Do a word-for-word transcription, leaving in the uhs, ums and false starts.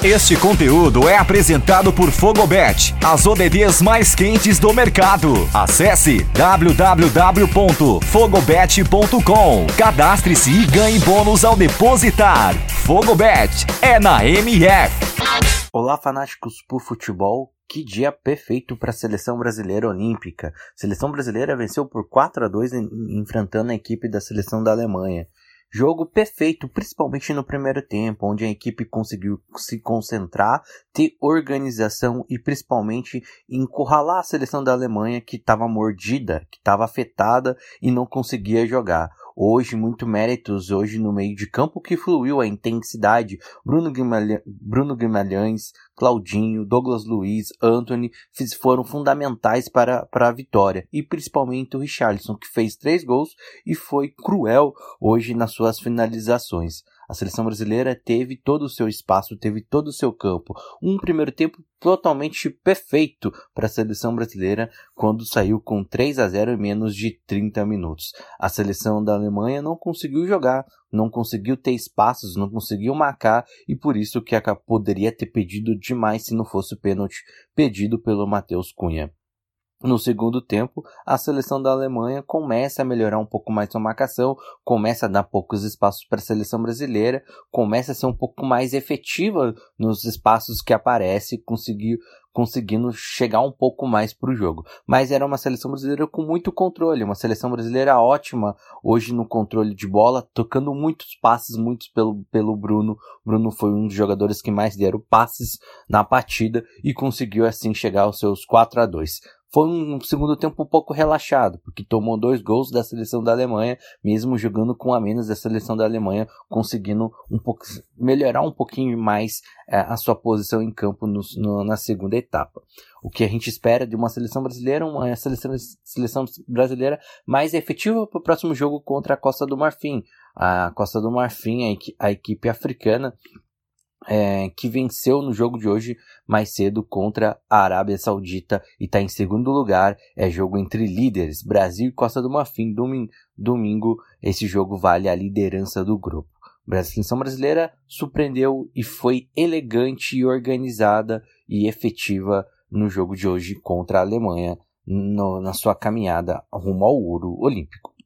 Este conteúdo é apresentado por Fogobet, as O D Ds mais quentes do mercado. Acesse w w w ponto fogobet ponto com. Cadastre-se e ganhe bônus ao depositar. Fogobet é na M F. Olá, fanáticos por futebol. Que dia perfeito para a seleção brasileira olímpica. A seleção brasileira venceu por quatro a dois em, enfrentando a equipe da seleção da Alemanha. Jogo perfeito, principalmente no primeiro tempo, onde a equipe conseguiu se concentrar, ter organização e principalmente encurralar a seleção da Alemanha que estava mordida, que estava afetada e não conseguia jogar. Hoje, muito méritos, hoje no meio de campo que fluiu a intensidade. Bruno Guimarães, Bruno Guimarães, Claudinho, Douglas Luiz, Antony foram fundamentais para, para a vitória. E principalmente o Richarlison, que fez três gols e foi cruel hoje nas suas finalizações. A seleção brasileira teve todo o seu espaço, teve todo o seu campo. Um primeiro tempo totalmente perfeito para a seleção brasileira quando saiu com três a zero em menos de trinta minutos. A seleção da Alemanha não conseguiu jogar, não conseguiu ter espaços, não conseguiu marcar e por isso que poderia ter pedido demais se não fosse o pênalti pedido pelo Matheus Cunha. No segundo tempo, a seleção da Alemanha começa a melhorar um pouco mais sua marcação, começa a dar poucos espaços para a seleção brasileira, começa a ser um pouco mais efetiva nos espaços que aparece, conseguiu, conseguindo chegar um pouco mais para o jogo. Mas era uma seleção brasileira com muito controle, uma seleção brasileira ótima hoje no controle de bola, tocando muitos passes, muitos pelo, pelo Bruno. Bruno foi um dos jogadores que mais deram passes na partida e conseguiu assim chegar aos seus quatro a dois. Foi um segundo tempo um pouco relaxado, porque tomou dois gols da seleção da Alemanha, mesmo jogando com a menos da seleção da Alemanha, conseguindo um pouco, melhorar um pouquinho mais é, a sua posição em campo no, no, na segunda etapa. O que a gente espera de uma seleção brasileira, uma seleção, seleção brasileira mais efetiva para o próximo jogo contra a Costa do Marfim. A Costa do Marfim, a, equi, a equipe africana, É, que venceu no jogo de hoje mais cedo contra a Arábia Saudita e está em segundo lugar. É jogo entre líderes, Brasil e Costa do Marfim. Domingo, domingo esse jogo vale a liderança do grupo. A seleção brasileira surpreendeu e foi elegante e organizada e efetiva no jogo de hoje contra a Alemanha no, na sua caminhada rumo ao ouro olímpico.